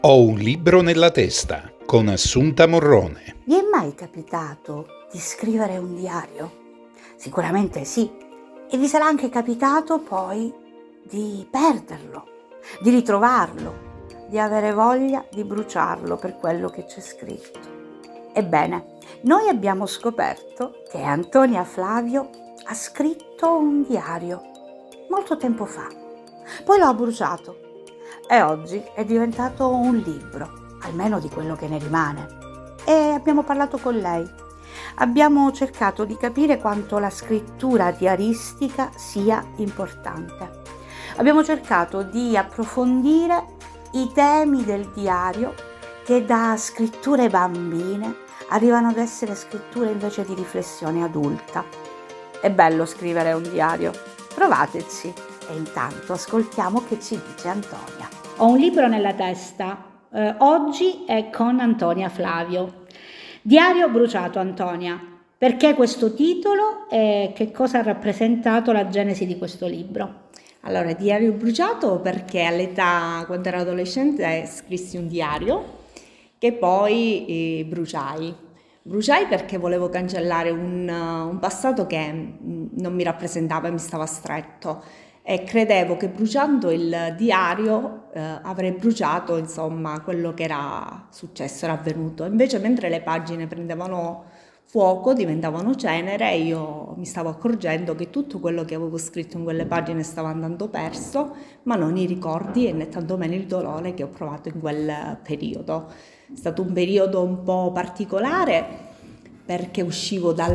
Ho un libro nella testa con Assunta Morrone. Vi è mai capitato di scrivere un diario? Sicuramente sì. E vi sarà anche capitato poi di perderlo, di ritrovarlo, di avere voglia di bruciarlo per quello che c'è scritto. Ebbene, noi abbiamo scoperto che Antonia Flavio ha scritto un diario molto tempo fa. Poi lo ha bruciato e oggi è diventato un libro, almeno di quello che ne rimane. E abbiamo parlato con lei. Abbiamo cercato di capire quanto la scrittura diaristica sia importante. Abbiamo cercato di approfondire i temi del diario che da scritture bambine arrivano ad essere scritture invece di riflessione adulta. È bello scrivere un diario. Provateci e intanto ascoltiamo che ci dice Antonia. Ho un libro nella testa. Oggi è con Antonia Flavio. Diario bruciato, Antonia. Perché questo titolo e che cosa ha rappresentato la genesi di questo libro? Allora, diario bruciato perché all'età, quando ero adolescente, scrissi un diario che poi bruciai. Bruciai perché volevo cancellare un passato che non mi rappresentava e mi stava stretto e credevo che bruciando il diario avrei bruciato, insomma, quello che era successo, era avvenuto. Invece mentre le pagine prendevano fuoco, diventavano cenere, io mi stavo accorgendo che tutto quello che avevo scritto in quelle pagine stava andando perso, ma non i ricordi e né tantomeno il dolore che ho provato in quel periodo. È stato un periodo un po' particolare perché uscivo da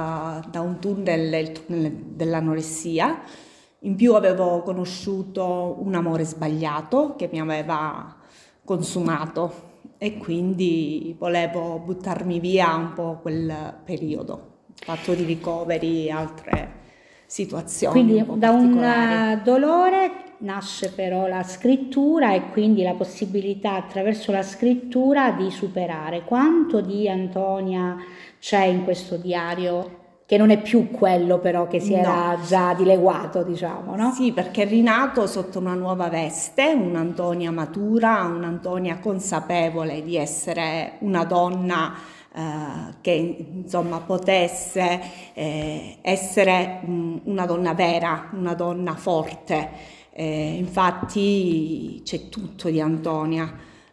un tunnel, il tunnel dell'anoressia. In più avevo conosciuto un amore sbagliato che mi aveva consumato e quindi volevo buttarmi via un po' quel periodo, fatto di ricoveri e altre situazioni. Quindi un po' da particolari. un dolore nasce però la scrittura e quindi la possibilità attraverso la scrittura di superare. Quanto di Antonia c'è in questo diario? Che non è più quello però che si era già dileguato, diciamo, no? Sì, perché è rinato sotto una nuova veste, un'Antonia matura, un'Antonia consapevole di essere una donna che insomma potesse essere una donna vera, una donna forte. Infatti c'è tutto di Antonia.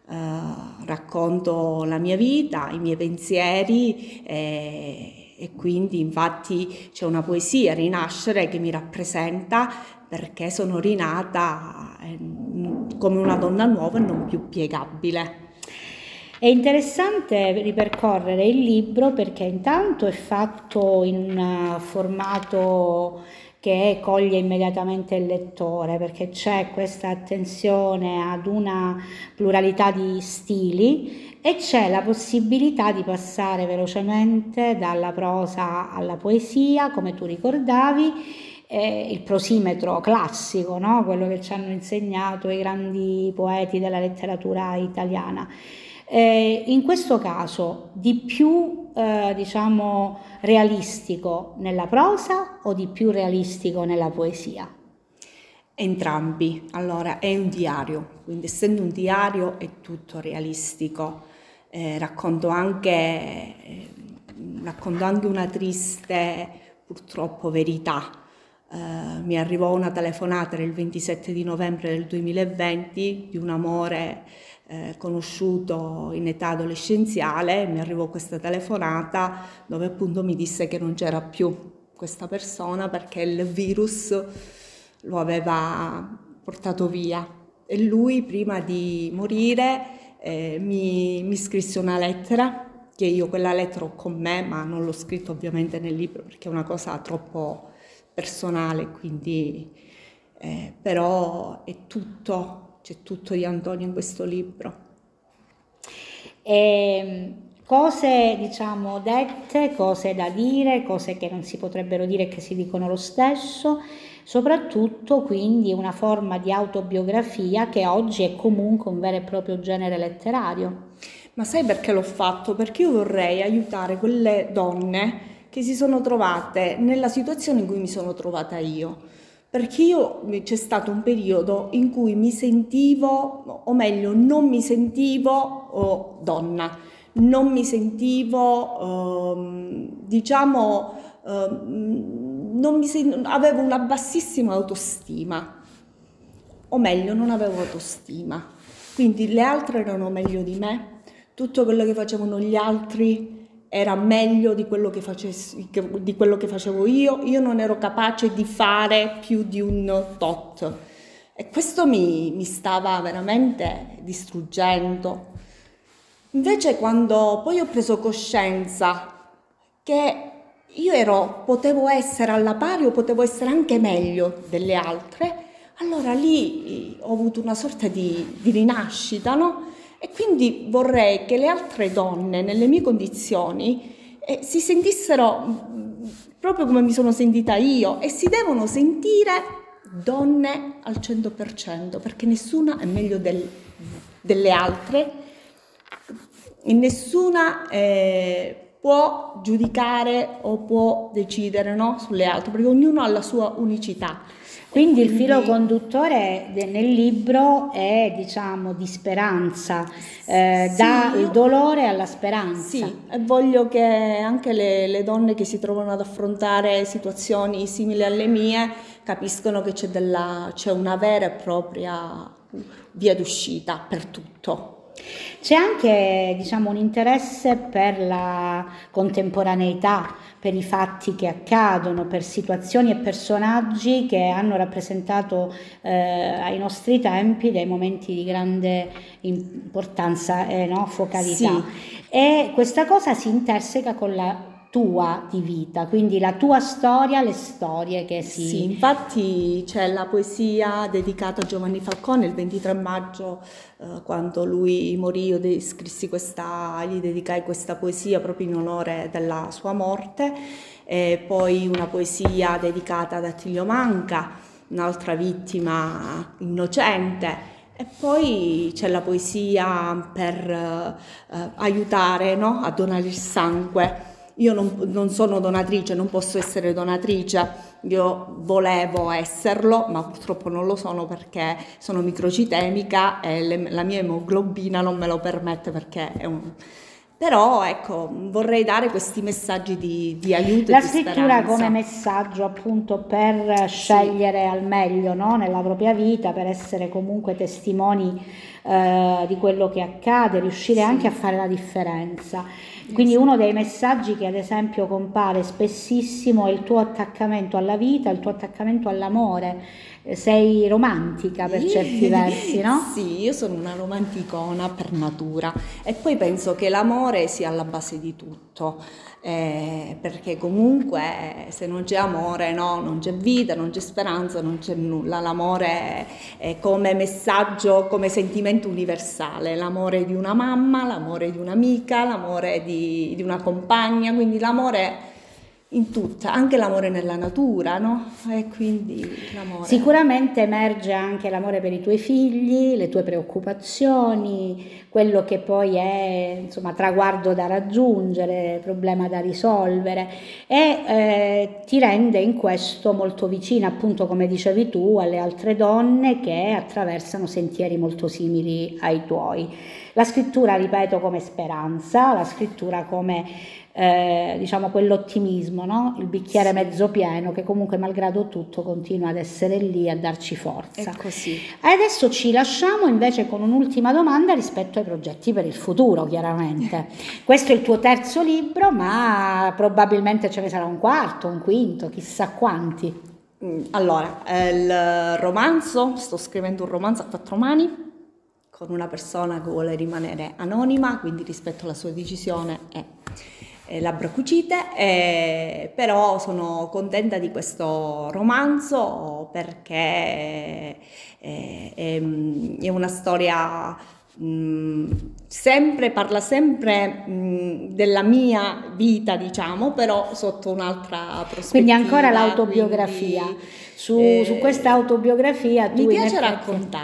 Racconto la mia vita, i miei pensieri e quindi infatti c'è una poesia, Rinascere, che mi rappresenta perché sono rinata come una donna nuova e non più piegabile. È interessante ripercorrere il libro perché intanto è fatto in un formato che coglie immediatamente il lettore, perché c'è questa attenzione ad una pluralità di stili e c'è la possibilità di passare velocemente dalla prosa alla poesia, come tu ricordavi, il prosimetro classico, no? Quello che ci hanno insegnato i grandi poeti della letteratura italiana. In questo caso di più diciamo realistico nella prosa o di più realistico nella poesia? Entrambi. Allora è un diario, quindi essendo un diario è tutto realistico. Racconto anche una triste purtroppo verità. Mi arrivò una telefonata il 27 di novembre del 2020 di un amore conosciuto in età adolescenziale. Mi arrivò questa telefonata dove appunto mi disse che non c'era più questa persona perché il virus lo aveva portato via e lui prima di morire mi scrisse una lettera che io quella lettera ho con me, ma non l'ho scritto ovviamente nel libro perché è una cosa troppo personale, quindi però è tutto. C'è tutto di Antonia in questo libro. Cose diciamo dette, cose da dire, cose che non si potrebbero dire e che si dicono lo stesso, soprattutto quindi una forma di autobiografia che oggi è comunque un vero e proprio genere letterario. Ma sai perché l'ho fatto? Perché io vorrei aiutare quelle donne che si sono trovate nella situazione in cui mi sono trovata io. perché c'è stato un periodo in cui mi sentivo, o meglio, non mi sentivo donna, non mi sentivo, avevo una bassissima autostima, o meglio, non avevo autostima, quindi le altre erano meglio di me, tutto quello che facevano gli altri era meglio di quello che facevo io non ero capace di fare più di un tot e questo mi stava veramente distruggendo. Invece quando poi ho preso coscienza che potevo essere alla pari o potevo essere anche meglio delle altre, allora lì ho avuto una sorta di rinascita, no? E quindi vorrei che le altre donne nelle mie condizioni si sentissero proprio come mi sono sentita io e si devono sentire donne al 100%, perché nessuna è meglio delle altre e nessuna può giudicare o può decidere, no, sulle altre, perché ognuno ha la sua unicità. Quindi il filo conduttore nel libro è, diciamo, di speranza, dal dolore alla speranza. Sì, e voglio che anche le donne che si trovano ad affrontare situazioni simili alle mie capiscono che c'è una vera e propria via d'uscita per tutto. C'è anche, diciamo, un interesse per la contemporaneità, per i fatti che accadono, per situazioni e personaggi che hanno rappresentato ai nostri tempi dei momenti di grande importanza e focalità. Sì. E questa cosa si interseca con la tua di vita, quindi la tua storia, le storie che si... Sì, infatti c'è la poesia dedicata a Giovanni Falcone il 23 maggio, quando lui morì, io gli dedicai questa poesia proprio in onore della sua morte, e poi una poesia dedicata ad Attilio Manca, un'altra vittima innocente. E poi c'è la poesia per aiutare, no? A donare il sangue. Io non sono donatrice, non posso essere donatrice, io volevo esserlo, ma purtroppo non lo sono perché sono microcitemica e la mia emoglobina non me lo permette perché è un... Però ecco, vorrei dare questi messaggi di aiuto la e di speranza. La scrittura come messaggio appunto per scegliere al meglio, no? Nella propria vita, per essere comunque testimoni di quello che accade, riuscire anche a fare la differenza. Quindi uno dei messaggi che ad esempio compare spessissimo è il tuo attaccamento alla vita, il tuo attaccamento all'amore. Sei romantica per certi versi, no? Sì, io sono una romanticona per natura e poi penso che l'amore sia alla base di tutto, perché comunque se non c'è amore, no, non c'è vita, non c'è speranza, non c'è nulla. L'amore è come messaggio, come sentimento universale, l'amore di una mamma, l'amore di un'amica, l'amore di una compagna, quindi l'amore in tutta, anche l'amore nella natura, no? E quindi l'amore. Sicuramente emerge anche l'amore per i tuoi figli, le tue preoccupazioni, quello che poi è, insomma, traguardo da raggiungere, problema da risolvere e ti rende in questo molto vicina, appunto, come dicevi tu, alle altre donne che attraversano sentieri molto simili ai tuoi. La scrittura, ripeto, come speranza, la scrittura come diciamo quell'ottimismo, no? Il bicchiere mezzo pieno che comunque malgrado tutto continua ad essere lì a darci forza. È così. Adesso ci lasciamo invece con un'ultima domanda rispetto ai progetti per il futuro, chiaramente. Questo è il tuo terzo libro, ma probabilmente ce ne sarà un quarto, un quinto, chissà quanti. Allora, il romanzo, sto scrivendo un romanzo a 4 mani con una persona che vuole rimanere anonima, quindi rispetto alla sua decisione è Labbra cucite, però sono contenta di questo romanzo perché è una storia parla sempre della mia vita, diciamo, però sotto un'altra prospettiva. Quindi ancora l'autobiografia. su questa autobiografia tu mi piace in effetti...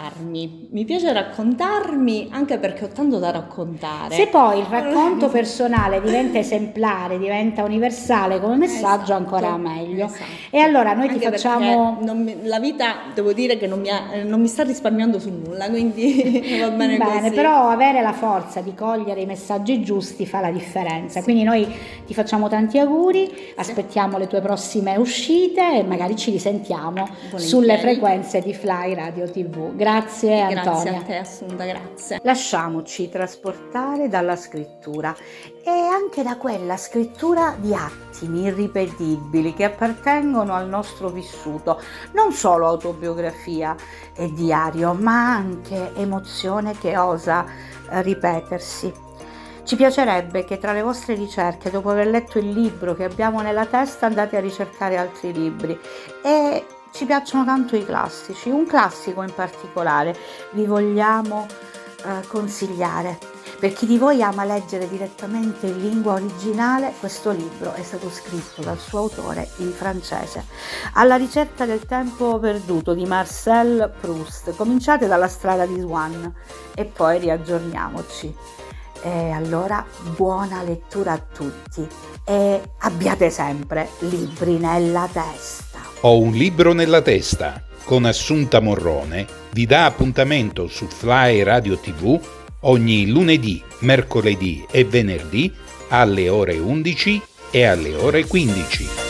raccontarmi anche perché ho tanto da raccontare. Se poi il racconto personale diventa esemplare, diventa universale come messaggio, Esatto, ancora meglio. esatto. E allora noi Anche ti facciamo... la vita, devo dire che non mi sta risparmiando su nulla, quindi va bene così. Però avere la forza di cogliere i messaggi giusti fa la differenza. Quindi noi ti facciamo tanti auguri, aspettiamo le tue prossime uscite e magari ci risentiamo sulle frequenze di Fly Radio TV. Grazie Antonia. Grazie a te Assunta, grazie. Lasciamoci trasportare dalla scrittura e anche da quella scrittura di attimi irripetibili che appartengono al nostro vissuto, non solo autobiografia e diario, ma anche emozione che osa ripetersi. Ci piacerebbe che tra le vostre ricerche, dopo aver letto il libro che abbiamo nella testa, andate a ricercare altri libri. E ci piacciono tanto i classici, un classico in particolare vi vogliamo consigliare. Per chi di voi ama leggere direttamente in lingua originale, questo libro è stato scritto dal suo autore in francese. Alla ricerca del tempo perduto di Marcel Proust. Cominciate dalla strada di Swann e poi riaggiorniamoci. E allora buona lettura a tutti e abbiate sempre libri nella testa. Ho un libro nella testa con Assunta Morrone vi dà appuntamento su Fly Radio TV ogni lunedì, mercoledì e venerdì alle ore 11 e alle ore 15.